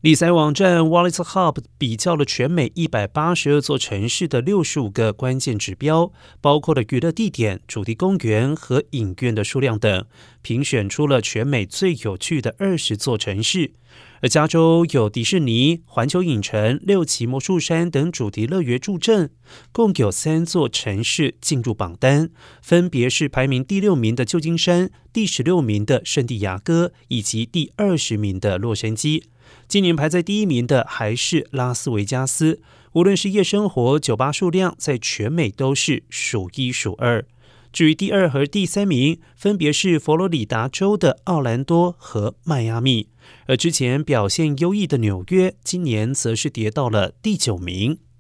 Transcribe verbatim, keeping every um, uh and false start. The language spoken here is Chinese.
理财网站 Wallet Hub 比较了全美一百八十二座城市的六十五个关键指标，包括了娱乐地点、主题公园和影院的数量等，评选出了全美最有趣的二十座城市。而加州有迪士尼、环球影城、六旗魔术山等主题乐园助阵，共有三座城市进入榜单，分别是排名第六名的旧金山、第十六名的圣地亚哥以及第二十名的洛杉矶。今年排在第一名的还是拉斯维加斯，无论是夜生活、酒吧数量，在全美都是数一数二。至于第二和第三名，分别是佛罗里达州的奥兰多和迈阿密，而之前表现优异的纽约，今年则是跌到了第九名。